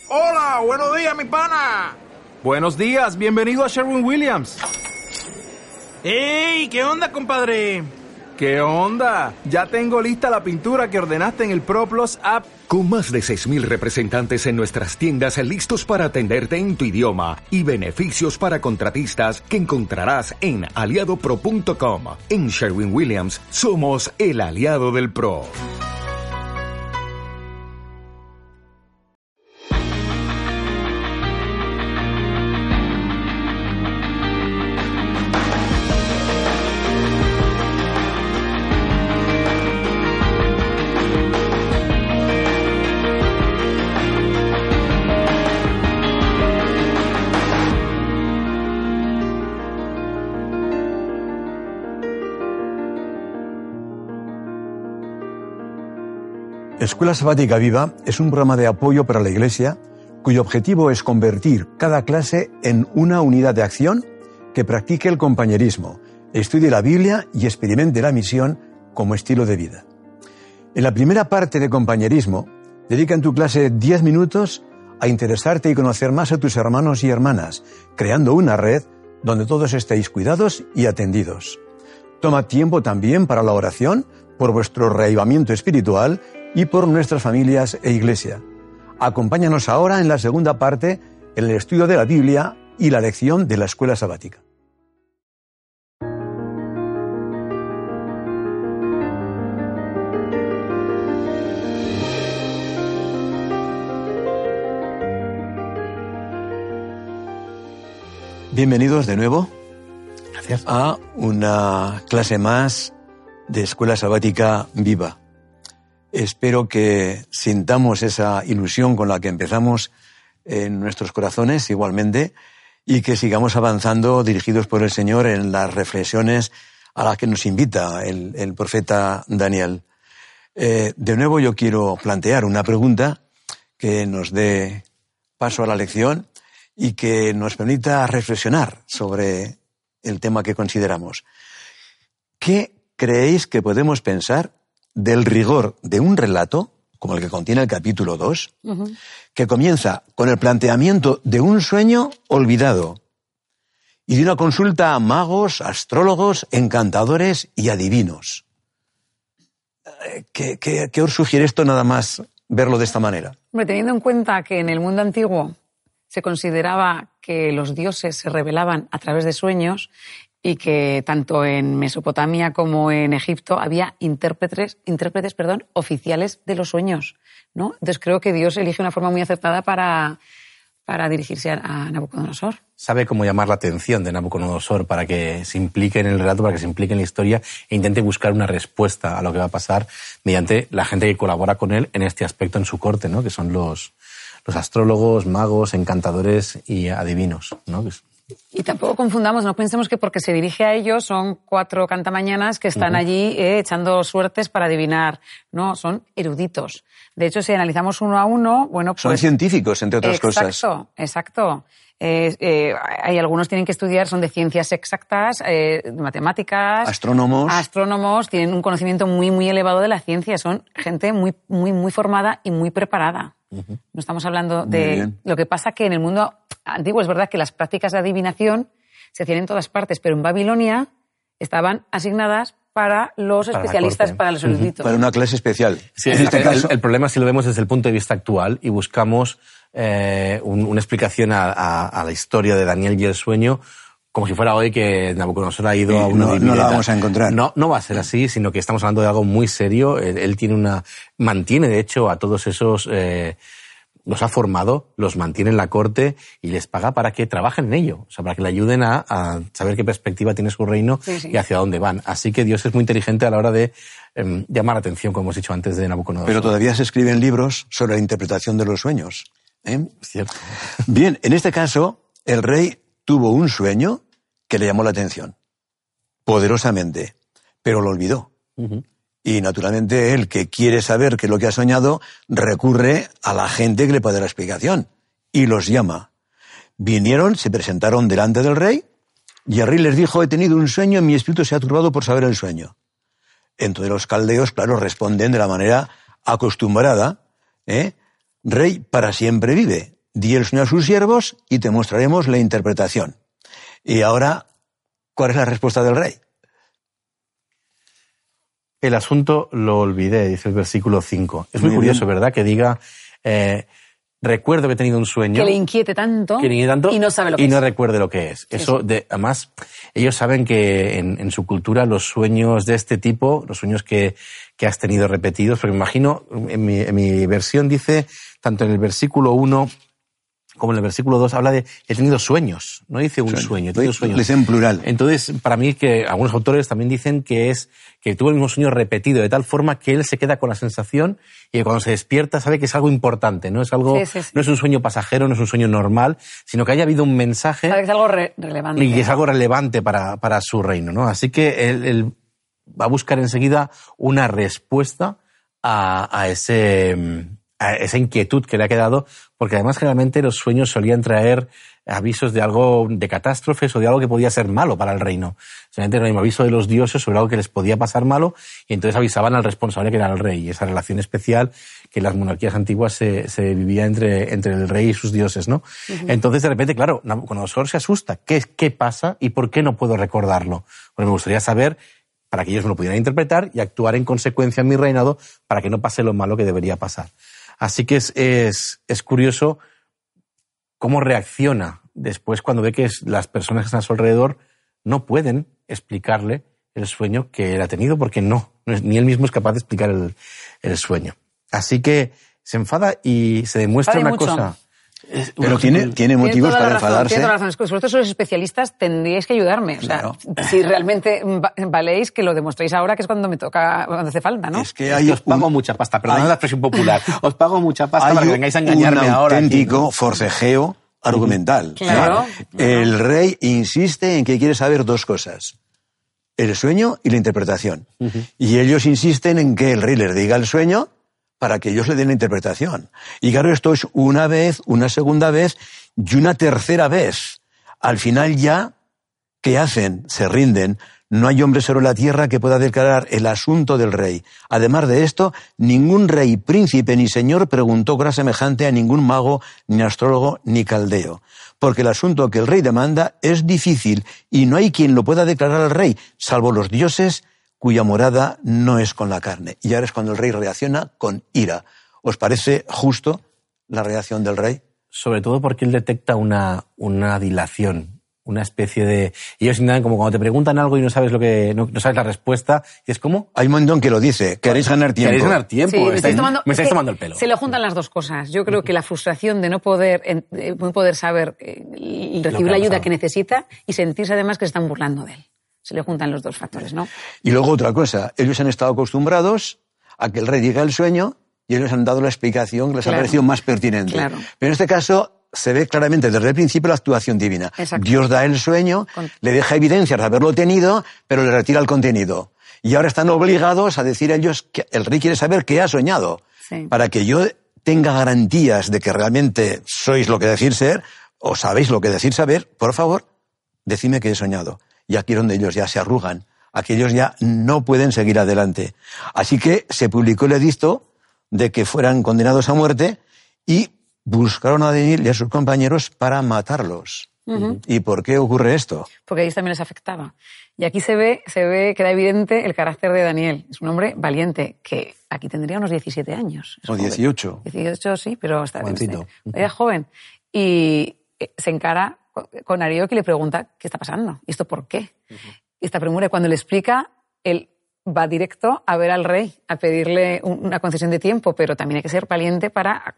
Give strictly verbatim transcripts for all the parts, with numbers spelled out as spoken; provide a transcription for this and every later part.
Hola, buenos días, mi pana. Buenos días, bienvenido a Sherwin-Williams. ¡Ey! ¿Qué onda, compadre? ¿Qué onda? Ya tengo lista la pintura que ordenaste en el ProPlus app. Con más de seis mil representantes en nuestras tiendas listos para atenderte en tu idioma y beneficios para contratistas que encontrarás en aliado pro punto com. En Sherwin-Williams somos el aliado del pro. Escuela Sabática Viva es un programa de apoyo para la Iglesia cuyo objetivo es convertir cada clase en una unidad de acción que practique el compañerismo, estudie la Biblia y experimente la misión como estilo de vida. En la primera parte de compañerismo, dedica en tu clase diez minutos a interesarte y conocer más a tus hermanos y hermanas, creando una red donde todos estéis cuidados y atendidos. Toma tiempo también para la oración por vuestro reavivamiento espiritual y por nuestras familias e iglesia. Acompáñanos ahora en la segunda parte, en el estudio de la Biblia y la lección de la escuela sabática. Bienvenidos de nuevo. Gracias. A una clase más de Escuela Sabática Viva. Espero que sintamos esa ilusión con la que empezamos en nuestros corazones igualmente y que sigamos avanzando dirigidos por el Señor en las reflexiones a las que nos invita el, el profeta Daniel. Eh, de nuevo yo quiero plantear una pregunta que nos dé paso a la lección y que nos permita reflexionar sobre el tema que consideramos. ¿Qué creéis que podemos pensar del rigor de un relato, como el que contiene el capítulo dos, uh-huh. que comienza con el planteamiento de un sueño olvidado y de una consulta a magos, astrólogos, encantadores y adivinos? ¿Qué, qué, qué os sugiere esto nada más verlo de esta manera? Hombre, teniendo en cuenta que en el mundo antiguo se consideraba que los dioses se revelaban a través de sueños y que tanto en Mesopotamia como en Egipto había intérpretes, intérpretes perdón, oficiales de los sueños, ¿no? Entonces creo que Dios elige una forma muy acertada para, para dirigirse a, a Nabucodonosor. Sabe cómo llamar la atención de Nabucodonosor para que se implique en el relato, para que se implique en la historia e intente buscar una respuesta a lo que va a pasar mediante la gente que colabora con él en este aspecto en su corte, ¿no? Que son los, los astrólogos, magos, encantadores y adivinos, ¿no? Y tampoco confundamos, no pensemos que porque se dirige a ellos son cuatro cantamañanas que están uh-huh. allí eh, echando suertes para adivinar. No, son eruditos. De hecho, si analizamos uno a uno, bueno, pues... Son científicos, entre otras exacto, cosas. Exacto, exacto. Eh, eh, hay algunos tienen que estudiar, son de ciencias exactas, eh, de matemáticas... Astrónomos. Astrónomos, tienen un conocimiento muy, muy elevado de la ciencia. Son gente muy, muy, muy formada y muy preparada. Uh-huh. No estamos hablando de... Lo que pasa que en el mundo antiguo es verdad que las prácticas de adivinación se hacían en todas partes, pero en Babilonia estaban asignadas para los para especialistas, para los eruditos. Uh-huh. Para una clase especial. Sí, en este el, caso... el, el problema, si lo vemos desde el punto de vista actual y buscamos eh, un, una explicación a, a, a la historia de Daniel y el sueño, como si fuera hoy que Nabucodonosor ha ido sí, a una no, no la vamos a encontrar. No, no va a ser así, sino que estamos hablando de algo muy serio. Él, él tiene una, mantiene de hecho a todos esos, eh, los ha formado, los mantiene en la corte y les paga para que trabajen en ello, o sea, para que le ayuden a, a saber qué perspectiva tiene su reino sí, sí. y hacia dónde van. Así que Dios es muy inteligente a la hora de eh, llamar la atención, como hemos dicho antes, de Nabucodonosor. Pero todavía se escriben libros sobre la interpretación de los sueños. ¿eh? Cierto. Bien, en este caso, el rey tuvo un sueño que le llamó la atención, poderosamente, pero lo olvidó. Uh-huh. Y naturalmente él, que quiere saber qué es lo que ha soñado, recurre a la gente que le puede dar la explicación y los llama. Vinieron, se presentaron delante del rey y el rey les dijo: he tenido un sueño y mi espíritu se ha turbado por saber el sueño. Entonces los caldeos, claro, responden de la manera acostumbrada, ¿eh? Rey para siempre vive. di el sueño a sus siervos y te mostraremos la interpretación. Y ahora, ¿cuál es la respuesta del rey? El asunto lo olvidé, dice el versículo cinco. Es muy, muy curioso, bien. ¿Verdad? Que diga, eh, recuerdo que he tenido un sueño. Que le inquiete tanto, que le inquiete tanto y no sabe lo que y es. no recuerde lo que es. Eso, de, además, ellos saben que en, en su cultura los sueños de este tipo, los sueños que, que has tenido repetidos, porque me imagino, en mi, en mi versión dice, tanto en el versículo uno como en el versículo dos, habla de he tenido sueños, no dice un sueño, sueño he tenido sueños. Dice en plural. Entonces, para mí, que algunos autores también dicen que es que tuvo el mismo sueño repetido, de tal forma que él se queda con la sensación y que cuando se despierta sabe que es algo importante, no es algo, sí, sí, sí. no es un sueño pasajero, no es un sueño normal, sino que haya habido un mensaje. Sabe que es algo re relevante. Y que es algo relevante para, para su reino, ¿no? Así que él, él va a buscar enseguida una respuesta a, a ese, a esa inquietud que le ha quedado, porque además generalmente los sueños solían traer avisos de algo, de catástrofes o de algo que podía ser malo para el reino. Solamente era un aviso de los dioses sobre algo que les podía pasar malo y entonces avisaban al responsable que era el rey. Y esa relación especial que en las monarquías antiguas se, se vivía entre, entre el rey y sus dioses, ¿no? Uh-huh. Entonces de repente, claro, Nabucodonosor se asusta. ¿Qué, qué pasa y por qué no puedo recordarlo? Porque me gustaría saber, para que ellos me lo pudieran interpretar y actuar en consecuencia en mi reinado para que no pase lo malo que debería pasar. Así que es, es, es curioso cómo reacciona después cuando ve que es, las personas que están a su alrededor no pueden explicarle el sueño que él ha tenido porque no, no es, ni él mismo es capaz de explicar el, el sueño. Así que se enfada y se demuestra Vale una mucho. cosa. Es, Pero tiene, tiene motivos para razón, enfadarse. Tiene toda la razón. Vosotros sois especialistas, tendríais que ayudarme. O sea, claro. Si realmente valéis, que lo demostréis ahora, que es cuando me toca, cuando hace falta, ¿no? Es que hay, os pago un, mucha pasta, perdón la expresión popular. Os pago mucha pasta para que vengáis a engañarme un ahora. Un auténtico aquí, ¿no? forcejeo argumental. Claro. El rey insiste en que quiere saber dos cosas: el sueño y la interpretación. Uh-huh. Y ellos insisten en que el rey les diga el sueño para que ellos le den la interpretación. Y claro, esto es una vez, una segunda vez y una tercera vez. Al final ya, ¿qué hacen? Se rinden. No hay hombre sobre la tierra que pueda declarar el asunto del rey. Además de esto, ningún rey, príncipe ni señor preguntó cosa semejante a ningún mago, ni astrólogo, ni caldeo. Porque el asunto que el rey demanda es difícil y no hay quien lo pueda declarar al rey, salvo los dioses cuya morada no es con la carne. Y ahora es cuando el rey reacciona con ira. ¿Os parece justo la reacción del rey? Sobre todo porque él detecta una, una dilación, una especie de... Ellos intentan, como cuando te preguntan algo y no sabes lo que no, no sabes la respuesta, y es como... Hay un montón que lo dice, queréis ganar tiempo. Queréis ganar tiempo, sí, me estáis, estáis tomando, me estáis es que tomando el pelo. Se le juntan las dos cosas. Yo creo que la frustración de no poder, de no poder saber y recibir la ayuda que necesita y sentirse además que se están burlando de él. Se le juntan los dos factores, ¿no? Y luego otra cosa, ellos han estado acostumbrados a que el rey diga el sueño y ellos han dado la explicación que les claro. ha parecido más pertinente. Claro. Pero en este caso se ve claramente desde el principio la actuación divina. Exacto. Dios da el sueño, Con... le deja evidencias de haberlo tenido, pero le retira el contenido. Y ahora están obligados a decir a ellos que el rey quiere saber qué ha soñado. Sí. Para que yo tenga garantías de que realmente sois lo que decir ser, o sabéis lo que decir saber, por favor, decidme qué he soñado. Y aquí es donde ellos ya se arrugan, aquí ellos ya no pueden seguir adelante. Así que se publicó el edicto de que fueran condenados a muerte y buscaron a Daniel y a sus compañeros para matarlos. Uh-huh. ¿Y por qué ocurre esto? Porque a ellos también les afectaba. Y aquí se ve, se ve, queda evidente el carácter de Daniel. Es un hombre valiente, que aquí tendría unos diecisiete años. O dieciocho. dieciocho, sí, pero está bien. Era joven. Y se encara con Arioc y le pregunta, ¿qué está pasando? ¿Y esto por qué? Uh-huh. Y esta premura, cuando le explica, él va directo a ver al rey, a pedirle una concesión de tiempo, pero también hay que ser valiente para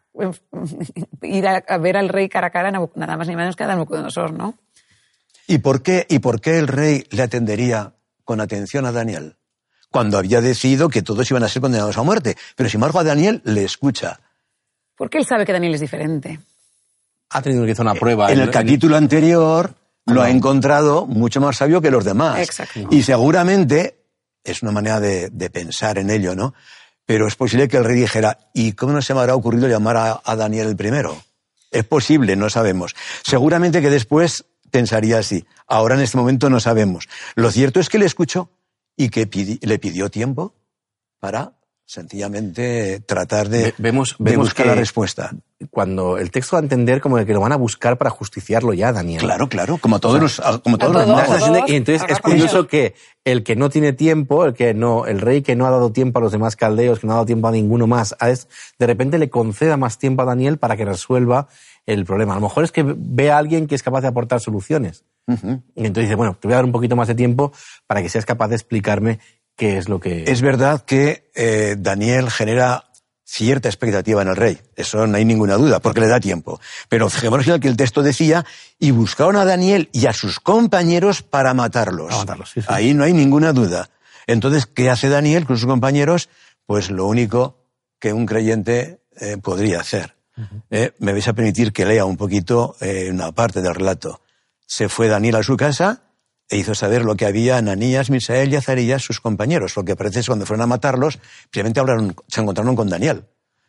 ir a, a ver al rey cara a cara, nada más ni menos que a Nabucodonosor, ¿no? ¿Y por qué, y por qué el rey le atendería con atención a Daniel? Cuando había decidido que todos iban a ser condenados a muerte. Pero sin embargo a Daniel le escucha. Porque él sabe que Daniel es diferente. Ha tenido que hacer una prueba. En el, el capítulo en... anterior lo no. ha encontrado mucho más sabio que los demás. Exacto. Y seguramente, es una manera de, de pensar en ello, ¿no? Pero es posible que el rey dijera, ¿y cómo no se me habrá ocurrido llamar a, a Daniel el primero? Es posible, no sabemos. Seguramente que después pensaría así. Ahora en este momento no sabemos. Lo cierto es que le escuchó y que pidi, le pidió tiempo para sencillamente tratar de, vemos, de vemos buscar que... la respuesta. cuando el texto da a entender como de que lo van a buscar para justiciarlo ya, Daniel. Claro, claro, como todos O sea, los, como todos a los todos, magos. a todos. Y entonces Acá es con curioso ellos. que el que no tiene tiempo, el que no, el rey que no ha dado tiempo a los demás caldeos, que no ha dado tiempo a ninguno más, a es, de repente le conceda más tiempo a Daniel para que resuelva el problema. A lo mejor es que ve a alguien que es capaz de aportar soluciones. Uh-huh. Y entonces dice, bueno, te voy a dar un poquito más de tiempo para que seas capaz de explicarme qué es lo que... Es verdad que eh, Daniel genera cierta expectativa en el rey, eso no hay ninguna duda, porque le da tiempo. Pero fijémonos en que el texto decía, y buscaron a Daniel y a sus compañeros para matarlos. Para matarlos, sí, sí. Ahí no hay ninguna duda. Entonces, ¿qué hace Daniel con sus compañeros? Pues lo único que un creyente eh, podría hacer. Uh-huh. Eh, me vais a permitir que lea un poquito eh, una parte del relato. Se fue Daniel a su casa e hizo saber lo que había Ananías, Misael y Azarías, sus compañeros. Lo que parece es que cuando fueron a matarlos, precisamente hablaron, se encontraron con Daniel.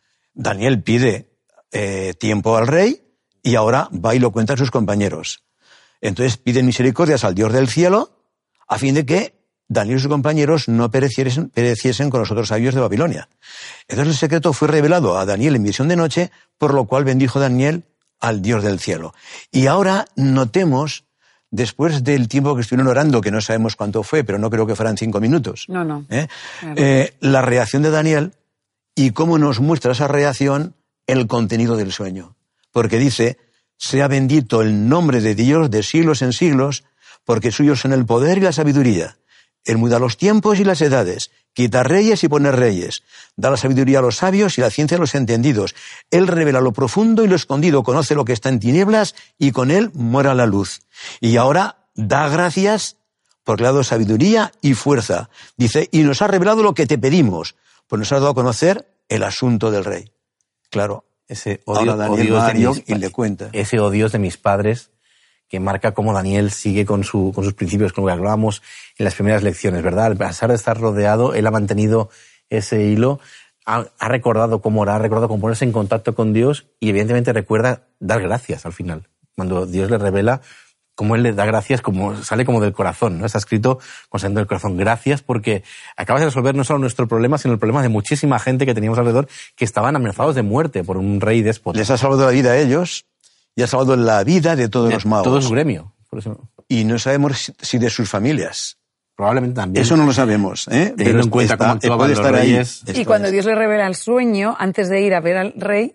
Daniel pide eh, tiempo al rey y ahora va y lo cuenta a sus compañeros. Entonces piden misericordias al Dios del cielo a fin de que Daniel y sus compañeros no pereciesen, pereciesen con los otros sabios de Babilonia. Entonces el secreto fue revelado a Daniel en visión de noche, por lo cual bendijo Daniel al Dios del cielo. Y ahora notemos, después del tiempo que estuvieron orando, que no sabemos cuánto fue, pero no creo que fueran cinco minutos, No, no. ¿eh? Claro. Eh, la reacción de Daniel y cómo nos muestra esa reacción el contenido del sueño. Porque dice, sea bendito el nombre de Dios de siglos en siglos, porque suyos son el poder y la sabiduría. Él muda los tiempos y las edades, quita reyes y pone reyes, da la sabiduría a los sabios y la ciencia a los entendidos. Él revela lo profundo y lo escondido, conoce lo que está en tinieblas y con él mora la luz. Y ahora da gracias porque le ha dado sabiduría y fuerza. Dice, y nos ha revelado lo que te pedimos, pues nos ha dado a conocer el asunto del rey. Claro, ese odio, ahora Daniel odio va de a Arioc mis, y le cuenta. Ese odio de mis padres que marca cómo Daniel sigue con, su, con sus principios, con lo que hablábamos en las primeras lecciones, ¿verdad? A pesar de estar rodeado, él ha mantenido ese hilo, ha, ha recordado cómo orar, ha recordado cómo ponerse en contacto con Dios y evidentemente recuerda dar gracias al final. Cuando Dios le revela cómo él le da gracias, como sale como del corazón, ¿no? Está escrito con saliendo del corazón. Gracias porque acabas de resolver no solo nuestro problema, sino el problema de muchísima gente que teníamos alrededor que estaban amenazados de muerte por un rey déspota. Les ha salvado la vida a ellos y ha salvado la vida de todos de los magos. todo su gremio. Por eso. Y no sabemos si de sus familias. Probablemente también. Eso no lo sabemos, ¿eh? Teniendo en cuenta cómo actuaban los reyes. Y cuando Dios le revela el sueño, antes de ir a ver al rey,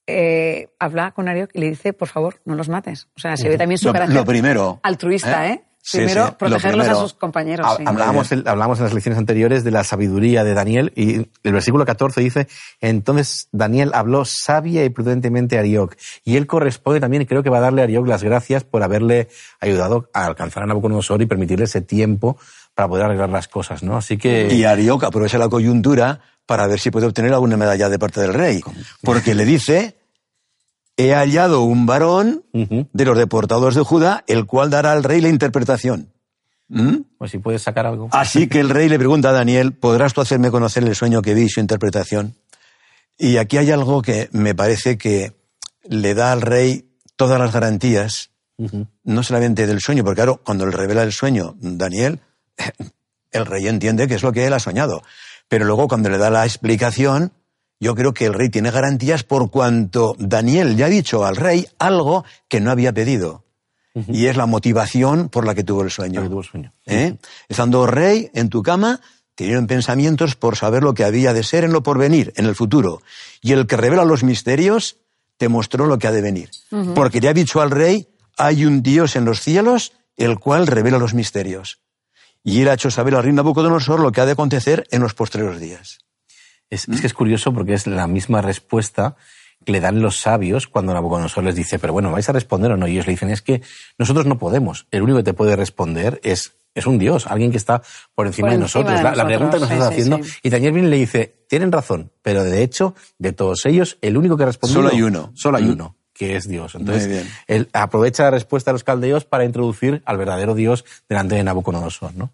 eh, habla con Arioc y le dice, por favor, no los mates. O sea, se ve también su lo, carácter lo primero, altruista, ¿eh? ¿eh? Sí, Primero, sí, protegerlos primero. a sus compañeros. Sí. Hablábamos, el, hablábamos en las lecciones anteriores de la sabiduría de Daniel y el versículo catorce dice, entonces Daniel habló sabia y prudentemente a Arioc y él corresponde también, creo que va a darle a Arioc las gracias por haberle ayudado a alcanzar a Nabucodonosor y permitirle ese tiempo para poder arreglar las cosas, ¿no? Así que... Y Arioc aprovecha la coyuntura para ver si puede obtener alguna medalla de parte del rey, porque le dice... He hallado un varón uh-huh. de los deportados de Judá, el cual dará al rey la interpretación. ¿Mm? Pues si puedes sacar algo. Así que el rey le pregunta a Daniel, ¿podrás tú hacerme conocer el sueño que vi y su interpretación? Y aquí hay algo que me parece que le da al rey todas las garantías, uh-huh. no solamente del sueño, porque claro, cuando le revela el sueño Daniel, el rey entiende que es lo que él ha soñado. Pero luego cuando le da la explicación... Yo creo que el rey tiene garantías por cuanto Daniel ya ha dicho al rey algo que no había pedido. Uh-huh. Y es la motivación por la que tuvo el sueño. Que tuvo el sueño. ¿Eh? Uh-huh. Estando rey en tu cama, te dieron pensamientos por saber lo que había de ser en lo porvenir, en el futuro. Y el que revela los misterios te mostró lo que ha de venir. Uh-huh. Porque le ha dicho al rey, hay un Dios en los cielos, el cual revela los misterios. Y él ha hecho saber al rey Nabucodonosor lo que ha de acontecer en los postreros días. Es, es que es curioso porque es la misma respuesta que le dan los sabios cuando Nabucodonosor les dice, pero bueno, ¿vais a responder o no? Y ellos le dicen, es que nosotros no podemos. El único que te puede responder es, es un Dios, alguien que está por encima, por de, nosotros. De nosotros. La, la pregunta que nos sí, estás sí, haciendo. Sí. Y Daniel viene y le dice, tienen razón, pero de hecho, de todos ellos, el único que responde... Solo hay uno. Solo hay mm. uno, que es Dios. Entonces, él aprovecha la respuesta de los caldeos para introducir al verdadero Dios delante de Nabucodonosor, ¿no?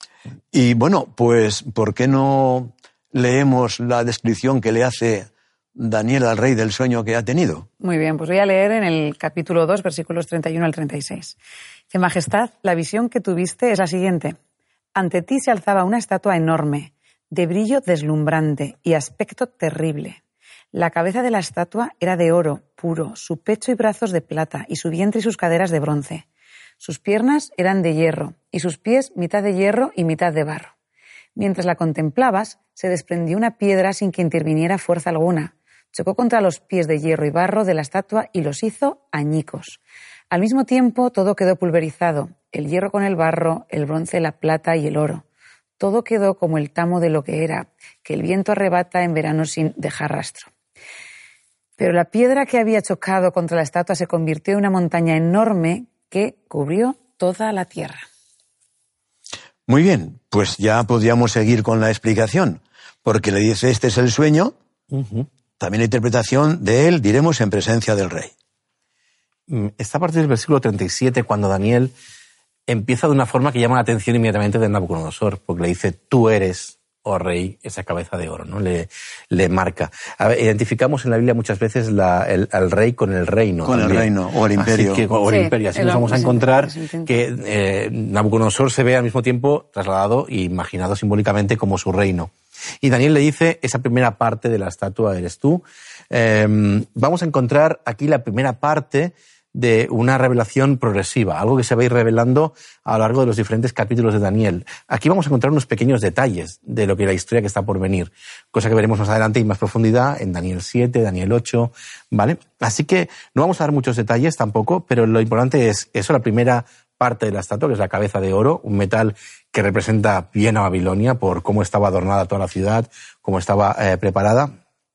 Y bueno, pues, ¿por qué no leemos la descripción que le hace Daniel al rey del sueño que ha tenido? Muy bien, pues voy a leer en el capítulo dos, versículos treinta y uno al treinta y seis. Dice, Majestad, la visión que tuviste es la siguiente. Ante ti se alzaba una estatua enorme, de brillo deslumbrante y aspecto terrible. La cabeza de la estatua era de oro puro, su pecho y brazos de plata, y su vientre y sus caderas de bronce. Sus piernas eran de hierro, y sus pies mitad de hierro y mitad de barro. Mientras la contemplabas, se desprendió una piedra sin que interviniera fuerza alguna. Chocó contra los pies de hierro y barro de la estatua y los hizo añicos. Al mismo tiempo, todo quedó pulverizado, el hierro con el barro, el bronce, la plata y el oro. Todo quedó como el tamo de lo que era, que el viento arrebata en verano sin dejar rastro. Pero la piedra que había chocado contra la estatua se convirtió en una montaña enorme que cubrió toda la tierra. Muy bien, pues ya podríamos seguir con la explicación, porque le dice, este es el sueño, uh-huh. También la interpretación de él, diremos, en presencia del rey. Está a partir del versículo treinta y siete, cuando Daniel empieza de una forma que llama la atención inmediatamente de Nabucodonosor, porque le dice, tú eres, oh rey, esa cabeza de oro, ¿no? Le, le marca. A ver, identificamos en la Biblia muchas veces la, el, al rey con el reino. Con también. El reino, o el imperio. Así que, o el sí, imperio. Así el, nos vamos a encontrar que eh, Nabucodonosor se ve al mismo tiempo trasladado e imaginado simbólicamente como su reino. Y Daniel le dice, esa primera parte de la estatua eres tú. Eh, vamos a encontrar aquí la primera parte de una revelación progresiva, algo que se va a ir revelando a lo largo de los diferentes capítulos de Daniel. Aquí vamos a encontrar unos pequeños detalles de lo que la historia que está por venir, cosa que veremos más adelante y más profundidad en Daniel siete, Daniel ocho, ¿vale? Así que no vamos a dar muchos detalles tampoco, pero lo importante es eso, la primera parte de la estatua, que es la cabeza de oro, un metal que representa bien a Babilonia por cómo estaba adornada toda la ciudad, cómo estaba eh, preparada.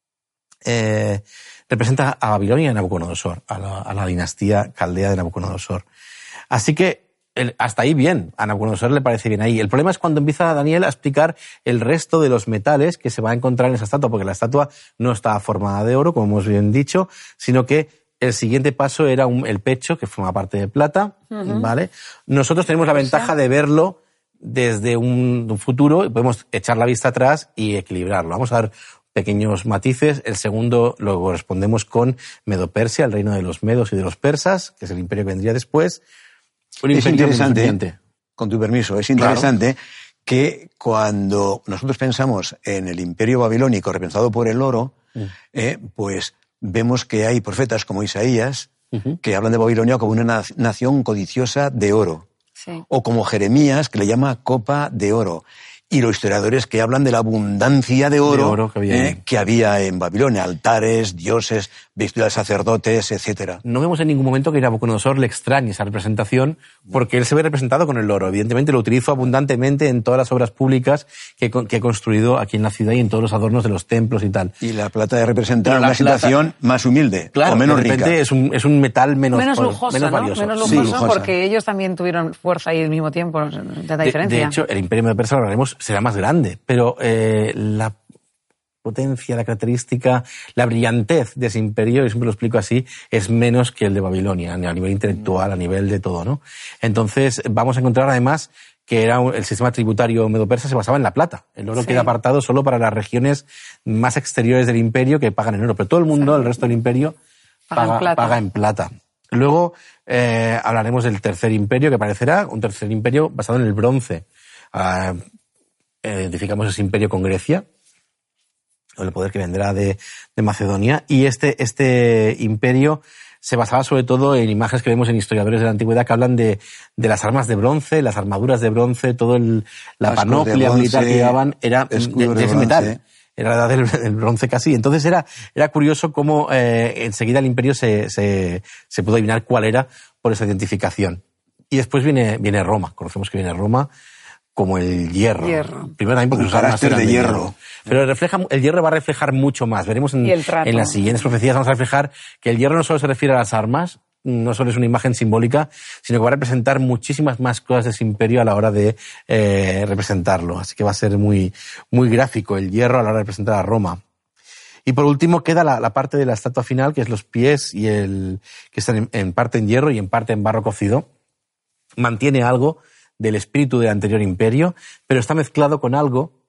Eh, representa a Babilonia y a Nabucodonosor, a la, a la dinastía caldea de Nabucodonosor. Así que el, hasta ahí bien, a Nabucodonosor le parece bien ahí. El problema es cuando empieza Daniel a explicar el resto de los metales que se va a encontrar en esa estatua, porque la estatua no está formada de oro, como hemos bien dicho, sino que el siguiente paso era un, el pecho, que forma parte de plata, uh-huh. ¿Vale? Nosotros tenemos la ventaja de verlo desde un, un futuro y podemos echar la vista atrás y equilibrarlo. Vamos a ver pequeños matices. El segundo lo correspondemos con Medo-Persia, el reino de los medos y de los persas, que es el imperio que vendría después. Un es interesante, con tu permiso, es interesante claro. que cuando nosotros pensamos en el imperio babilónico representado por el oro, mm. eh, pues vemos que hay profetas como Isaías uh-huh. que hablan de Babilonia como una nación codiciosa de oro. Sí. O como Jeremías, que le llama copa de oro. Y los historiadores que hablan de la abundancia de oro, de oro que, había eh, que había en Babilonia, altares, dioses, vestidos de sacerdotes, etcétera. No vemos en ningún momento que Nabucodonosor le extrañe esa representación, porque él se ve representado con el oro. Evidentemente lo utilizo abundantemente en todas las obras públicas que, que he construido aquí en la ciudad y en todos los adornos de los templos y tal. Y la plata de representar una plata, situación más humilde, claro, o menos de repente rica. Es un, es un metal menos, menos lujoso, menos valioso. ¿No? Menos lujoso, sí, porque ellos también tuvieron fuerza y al mismo tiempo, tanta diferencia. De, de hecho, el imperio de Persia, lo hablaremos, será más grande, pero eh, la potencia, la característica, la brillantez de ese imperio, yo siempre lo explico así, es menos que el de Babilonia, a nivel intelectual, a nivel de todo, ¿no? Entonces, vamos a encontrar además que era un, el sistema tributario medo-persa se basaba en la plata. El oro sí. queda apartado solo para las regiones más exteriores del imperio que pagan en oro, pero todo el mundo, sí. el resto del imperio, paga, paga, en, plata. paga en plata. Luego eh, hablaremos del tercer imperio, que aparecerá, un tercer imperio basado en el bronce. Uh, identificamos ese imperio con Grecia, el poder que vendrá de, de Macedonia, y este, este imperio se basaba sobre todo en imágenes que vemos en historiadores de la antigüedad que hablan de, de las armas de bronce, las armaduras de bronce, todo el, la Ascos panoplia bronce, militar que llevaban era de, de ese metal. Era la edad del, del bronce casi. Entonces era, era curioso cómo eh, enseguida el imperio se, se, se pudo adivinar cuál era por esa identificación. Y después viene, viene Roma. Conocemos que viene Roma como el hierro. hierro. Primero también porque un carácter de hierro. hierro. Pero refleja, el hierro va a reflejar mucho más. Veremos en, en las siguientes profecías, vamos a reflejar que el hierro no solo se refiere a las armas, no solo es una imagen simbólica, sino que va a representar muchísimas más cosas de ese imperio a la hora de eh, representarlo. Así que va a ser muy, muy gráfico el hierro a la hora de representar a Roma. Y por último queda la, la parte de la estatua final, que es los pies y el, que están en, en parte en hierro y en parte en barro cocido. Mantiene algo del espíritu del anterior imperio, pero está mezclado con algo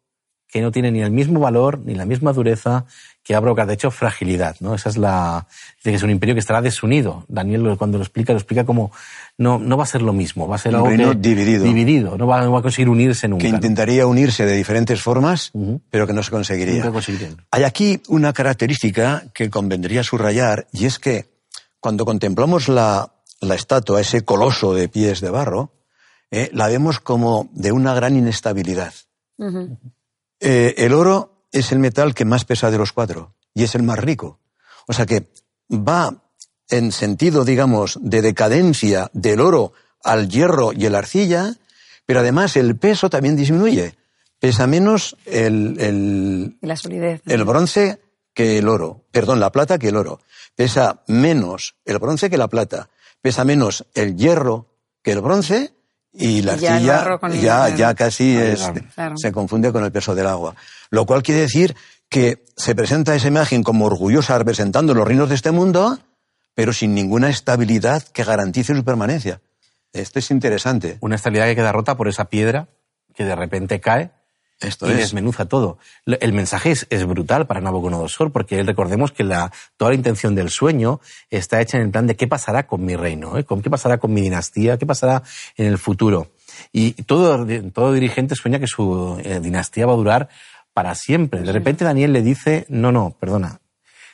que no tiene ni el mismo valor ni la misma dureza, que va a provocar, de hecho, fragilidad, ¿no? Esa es la... Dice que es un imperio que estará desunido. Daniel, cuando lo explica, lo explica como no, no va a ser lo mismo, va a ser un algo reino que, dividido. Dividido, no va, no va a conseguir unirse nunca. Que intentaría, ¿no?, unirse de diferentes formas, uh-huh, pero que no se conseguiría. Nunca conseguiría. Hay aquí una característica que convendría subrayar, y es que cuando contemplamos la, la estatua, ese coloso de pies de barro, eh, la vemos como de una gran inestabilidad. Uh-huh. Eh, el oro es el metal que más pesa de los cuatro y es el más rico. O sea que va en sentido, digamos, de decadencia del oro al hierro y la arcilla, pero además el peso también disminuye. Pesa menos el, el, y la solidez, ¿no?, el bronce que el oro. Perdón, la plata que el oro. Pesa menos el bronce que la plata. Pesa menos el hierro que el bronce. Y la arcilla ya, ya, ya casi es, claro, se confunde con el peso del agua. Lo cual quiere decir que se presenta esa imagen como orgullosa representando los reinos de este mundo, pero sin ninguna estabilidad que garantice su permanencia. Esto es interesante. Una estabilidad que queda rota por esa piedra que de repente cae. Esto y es. desmenuza todo. El mensaje es, es brutal para Nabucodonosor, porque recordemos que la, toda la intención del sueño está hecha en el plan de qué pasará con mi reino, ¿eh? ¿Qué pasará con mi dinastía? ¿Qué pasará en el futuro? Y todo, todo dirigente sueña que su eh, dinastía va a durar para siempre. De repente Daniel le dice, no, no, perdona,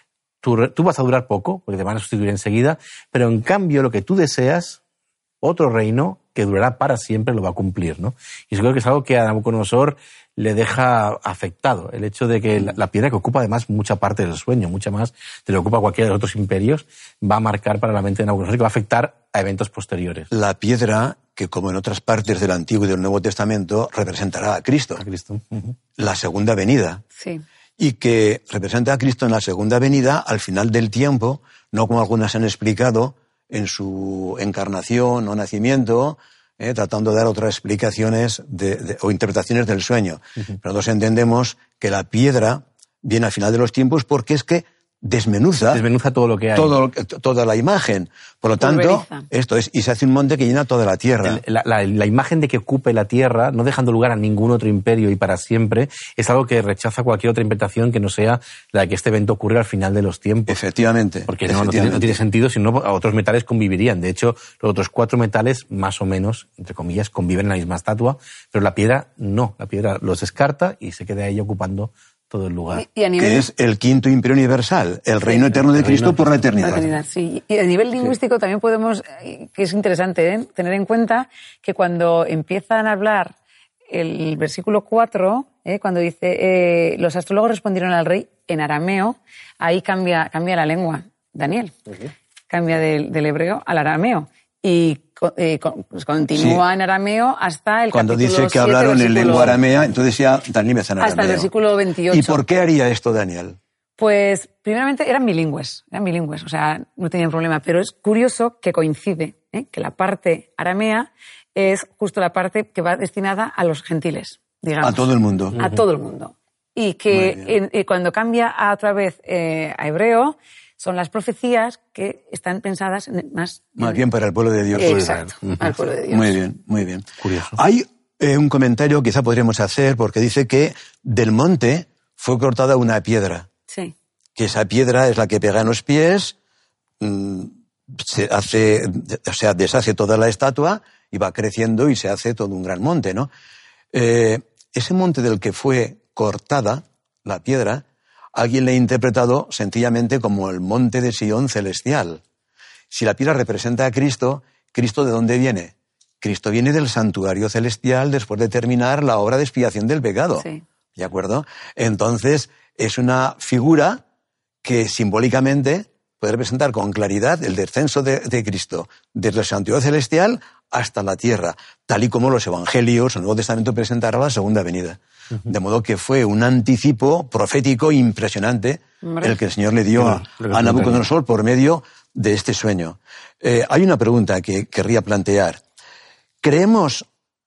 tú, tú vas a durar poco, porque te van a sustituir enseguida, pero en cambio lo que tú deseas, otro reino que durará para siempre, lo va a cumplir, ¿no? Y yo creo que es algo que a Nabucodonosor le deja afectado. El hecho de que la, la piedra, que ocupa además mucha parte del sueño, mucha más de lo que ocupa cualquiera de los otros imperios, va a marcar para la mente de Nabucodonosor, que va a afectar a eventos posteriores. La piedra, que como en otras partes del Antiguo y del Nuevo Testamento, representará a Cristo. A Cristo. Uh-huh. La segunda venida. Sí. Y que representa a Cristo en la segunda venida al final del tiempo, no como algunas han explicado, en su encarnación o nacimiento, eh, tratando de dar otras explicaciones de, de, o interpretaciones del sueño. Uh-huh. Pero nosotros entendemos que la piedra viene al final de los tiempos porque es que desmenuza, desmenuza todo lo que hay. Todo, toda la imagen. Por lo tanto, Pulveriza. Esto es, y se hace un monte que llena toda la tierra. El, la, la, la imagen de que ocupe la tierra, no dejando lugar a ningún otro imperio y para siempre, es algo que rechaza cualquier otra interpretación que no sea la de que este evento ocurre al final de los tiempos. Efectivamente. Porque efectivamente. No, no, tiene, no tiene sentido, si no, otros metales convivirían. De hecho, los otros cuatro metales, más o menos, entre comillas, conviven en la misma estatua, pero la piedra no. La piedra los descarta y se queda ahí ocupando todo el lugar. Y, y a nivel... Que es el quinto imperio universal, el reino sí, eterno de Cristo por la eternidad. La eternidad, sí. Y a nivel lingüístico sí. también podemos, que es interesante, ¿eh?, tener en cuenta que cuando empiezan a hablar el versículo cuatro, ¿eh?, cuando dice, eh, los astrólogos respondieron al rey en arameo, ahí cambia, cambia la lengua, Daniel. Uh-huh. Cambia del, del hebreo al arameo. Y eh, pues continúa sí. en arameo hasta el Cuando capítulo dice que siete, hablaron en lengua aramea, entonces ya Daniel está en arameo. Hasta el versículo veintiocho. ¿Y por qué haría esto Daniel? Pues, primeramente, eran bilingües, eran bilingües, o sea, no tenían problema. Pero es curioso que coincide, ¿eh?, que la parte aramea es justo la parte que va destinada a los gentiles, digamos. A todo el mundo. A uh-huh. todo el mundo. Y que en, en, cuando cambia a otra vez eh, a hebreo, son las profecías que están pensadas en, más... Más bien para el pueblo de Dios. Exacto, para el pueblo de Dios. Muy bien, muy bien. Curioso. Hay eh, un comentario que quizá podríamos hacer, porque dice que del monte fue cortada una piedra. Sí. Que esa piedra es la que pega en los pies, mmm, se hace, o sea, deshace toda la estatua y va creciendo y se hace todo un gran monte, ¿no? Eh, ese monte del que fue cortada la piedra, alguien le ha interpretado sencillamente como el monte de Sion celestial. Si la piedra representa a Cristo, ¿Cristo de dónde viene? Cristo viene del santuario celestial después de terminar la obra de expiación del pecado. Sí. ¿De acuerdo? Entonces, es una figura que simbólicamente puede representar con claridad el descenso de, de Cristo desde el santuario celestial hasta la tierra, tal y como los evangelios o el Nuevo Testamento presentará la segunda venida. Uh-huh. De modo que fue un anticipo profético impresionante Hombre. el que el Señor le dio a, a Nabucodonosor por medio de este sueño. Eh, hay una pregunta que querría plantear. ¿Creemos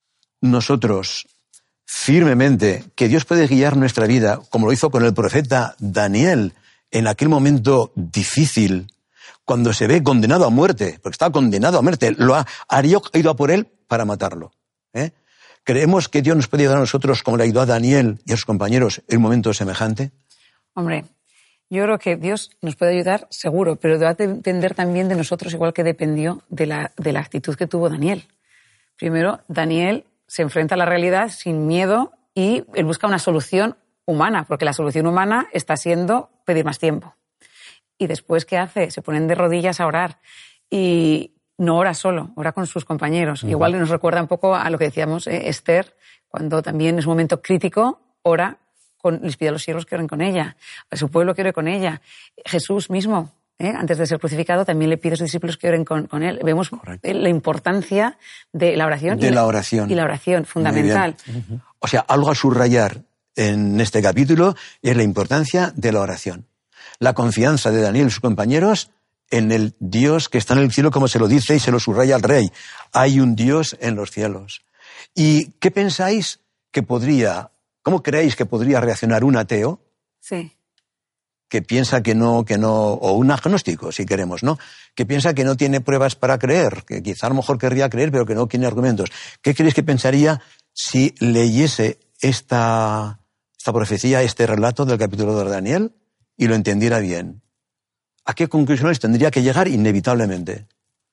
nosotros firmemente que Dios puede guiar nuestra vida, como lo hizo con el profeta Daniel en aquel momento difícil, cuando se ve condenado a muerte, porque estaba condenado a muerte, lo ha, Arioc ha ido a por él para matarlo? ¿eh? ¿Creemos que Dios nos puede ayudar a nosotros como le ayudó a Daniel y a sus compañeros en un momento semejante? Hombre, yo creo que Dios nos puede ayudar, seguro, pero va a depender también de nosotros, igual que dependió de la, de la actitud que tuvo Daniel. Primero, Daniel se enfrenta a la realidad sin miedo y él busca una solución humana, porque la solución humana está siendo pedir más tiempo. Y después, ¿qué hace? Se ponen de rodillas a orar. Y no ora solo, ora con sus compañeros. Uh-huh. Igual nos recuerda un poco a lo que decíamos eh, Esther, cuando también es un momento crítico, ora, con, les pide a los siervos que oren con ella, a su pueblo que ore con ella. Jesús mismo, eh, antes de ser crucificado, también le pide a sus discípulos que oren con, con él. Vemos eh, la importancia de la oración. De y la, la oración. Y la oración, fundamental. Uh-huh. O sea, algo a subrayar en este capítulo es la importancia de la oración. La confianza de Daniel y sus compañeros en el Dios que está en el cielo, como se lo dice y se lo subraya al rey. Hay un Dios en los cielos. ¿Y qué pensáis que podría, cómo creéis que podría reaccionar un ateo? Sí. Que piensa que no, que no, o un agnóstico, si queremos, ¿no? Que piensa que no tiene pruebas para creer, que quizá a lo mejor querría creer, pero que no tiene argumentos. ¿Qué creéis que pensaría si leyese esta, esta profecía, este relato del capítulo de Daniel y lo entendiera bien? ¿A qué conclusiones tendría que llegar inevitablemente?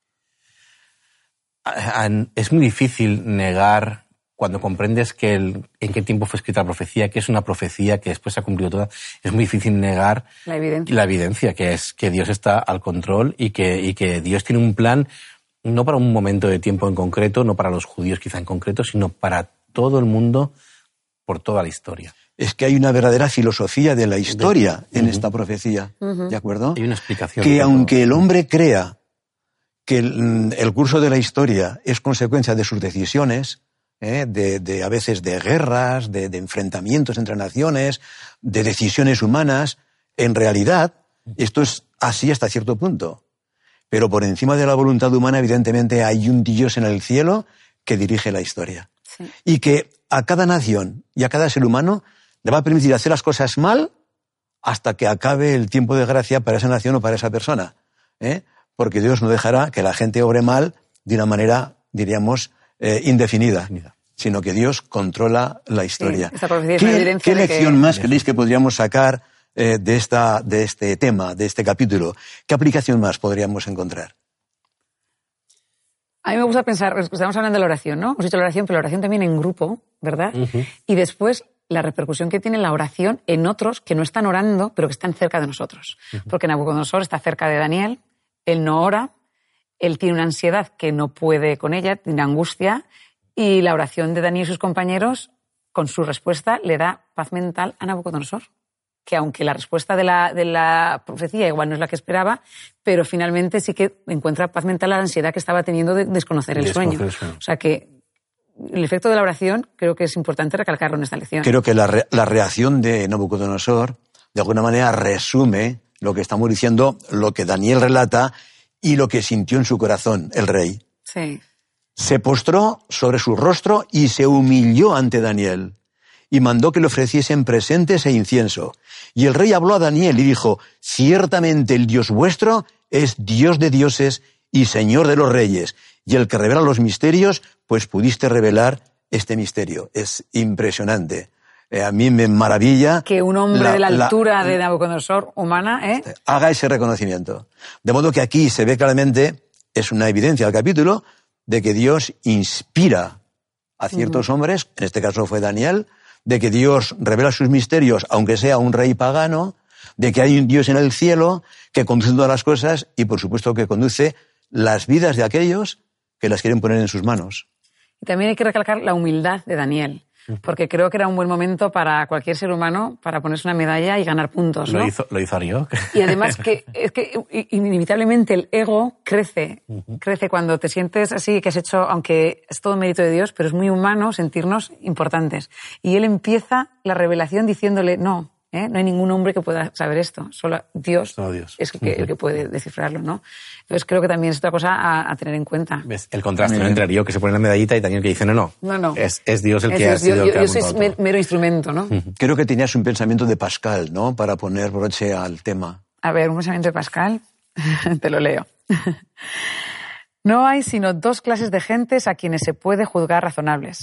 Es muy difícil negar, cuando comprendes que el, en qué tiempo fue escrita la profecía, que es una profecía que después se ha cumplido toda, es muy difícil negar la evidencia, la evidencia que es que Dios está al control y que, y que Dios tiene un plan no para un momento de tiempo en concreto, no para los judíos quizá en concreto, sino para todo el mundo por toda la historia. Es que hay una verdadera filosofía de la historia de, en uh-huh. esta profecía, uh-huh. ¿de acuerdo? Hay una explicación. Que aunque el hombre crea que el, el curso de la historia es consecuencia de sus decisiones, ¿eh? de, de a veces de guerras, de, de enfrentamientos entre naciones, de decisiones humanas, en realidad esto es así hasta cierto punto. Pero por encima de la voluntad humana, evidentemente, hay un Dios en el cielo que dirige la historia. Sí. Y que a cada nación y a cada ser humano le va a permitir hacer las cosas mal hasta que acabe el tiempo de gracia para esa nación o para esa persona. ¿eh? Porque Dios no dejará que la gente obre mal de una manera, diríamos, eh, indefinida, Definida. Sino que Dios controla la historia. Sí, es ¿Qué, ¿qué lección que... más creéis que podríamos sacar eh, de, esta, de este tema, de este capítulo? ¿Qué aplicación más podríamos encontrar? A mí me gusta pensar, estamos hablando de la oración, ¿no? Hemos dicho la oración, pero la oración también en grupo, ¿verdad? Uh-huh. Y después la repercusión que tiene la oración en otros que no están orando, pero que están cerca de nosotros. Uh-huh. Porque Nabucodonosor está cerca de Daniel, él no ora, él tiene una ansiedad que no puede con ella, tiene angustia, y la oración de Daniel y sus compañeros, con su respuesta, le da paz mental a Nabucodonosor. Que aunque la respuesta de la, de la profecía igual no es la que esperaba, pero finalmente sí que encuentra paz mental a la ansiedad que estaba teniendo de desconocer el Desconocer sueño. el sueño. O sea que el efecto de la oración creo que es importante recalcarlo en esta lección. Creo que la, re, la reacción de Nabucodonosor de alguna manera resume lo que estamos diciendo, lo que Daniel relata y lo que sintió en su corazón el rey. Sí. Se postró sobre su rostro y se humilló ante Daniel y mandó que le ofreciesen presentes e incienso. Y el rey habló a Daniel y dijo: ciertamente el Dios vuestro es Dios de dioses y Señor de los reyes, y el que revela los misterios, pues pudiste revelar este misterio. Es impresionante. Eh, a mí me maravilla que un hombre la, de la altura la, de Nabucodonosor humana ¿eh? haga ese reconocimiento. De modo que aquí se ve claramente, es una evidencia del capítulo, de que Dios inspira a ciertos uh-huh. hombres, en este caso fue Daniel, de que Dios revela sus misterios, aunque sea un rey pagano, de que hay un Dios en el cielo que conduce todas las cosas y, por supuesto, que conduce las vidas de aquellos que las quieren poner en sus manos. Y también hay que recalcar la humildad de Daniel, porque creo que era un buen momento para cualquier ser humano para ponerse una medalla y ganar puntos, ¿no? Lo hizo, lo hizo Ariok. Y además que es que inevitablemente el ego crece, uh-huh. crece cuando te sientes así, que has hecho, aunque es todo mérito de Dios, pero es muy humano sentirnos importantes. Y él empieza la revelación diciéndole, no, ¿eh? no hay ningún hombre que pueda saber esto, solo Dios, solo Dios. es el que, uh-huh. el que puede descifrarlo, ¿no? Entonces creo que también es otra cosa a, a tener en cuenta. ¿Ves? El contraste ¿no? entre Ariok, que se pone la medallita, y Daniel, que dice, no, no, no, no. Es, es Dios el es que Dios, ha sido yo, el que yo, ha yo soy mer, mero instrumento, ¿no? Uh-huh. Creo que tenías un pensamiento de Pascal, ¿no? Para poner broche al tema. A ver, un pensamiento de Pascal, te lo leo. No hay sino dos clases de gentes a quienes se puede juzgar razonables: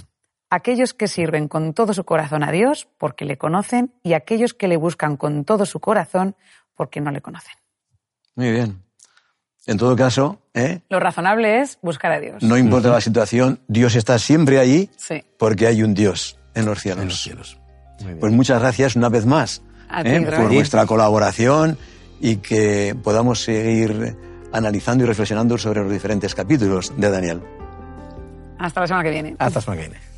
aquellos que sirven con todo su corazón a Dios porque le conocen y aquellos que le buscan con todo su corazón porque no le conocen. Muy bien. En todo caso, ¿eh? Lo razonable es buscar a Dios. No importa la situación, Dios está siempre allí Sí. porque hay un Dios en los cielos. En los cielos. Muy bien. Pues muchas gracias una vez más A ti, ¿eh? Roy. por vuestra colaboración y que podamos seguir analizando y reflexionando sobre los diferentes capítulos de Daniel. Hasta la semana que viene. Hasta la semana que viene.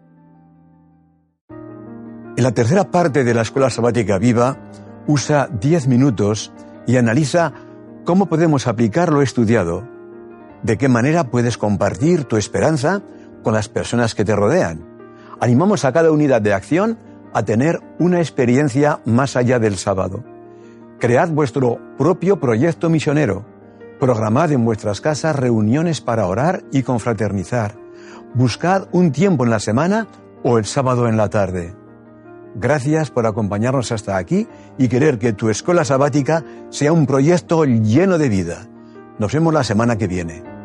En la tercera parte de la Escuela Sabática Viva, usa diez minutos y analiza cómo podemos aplicar lo estudiado, de qué manera puedes compartir tu esperanza con las personas que te rodean. Animamos a cada unidad de acción a tener una experiencia más allá del sábado. Cread vuestro propio proyecto misionero. Programad en vuestras casas reuniones para orar y confraternizar. Buscad un tiempo en la semana o el sábado en la tarde. Gracias por acompañarnos hasta aquí y querer que tu escuela sabática sea un proyecto lleno de vida. Nos vemos la semana que viene.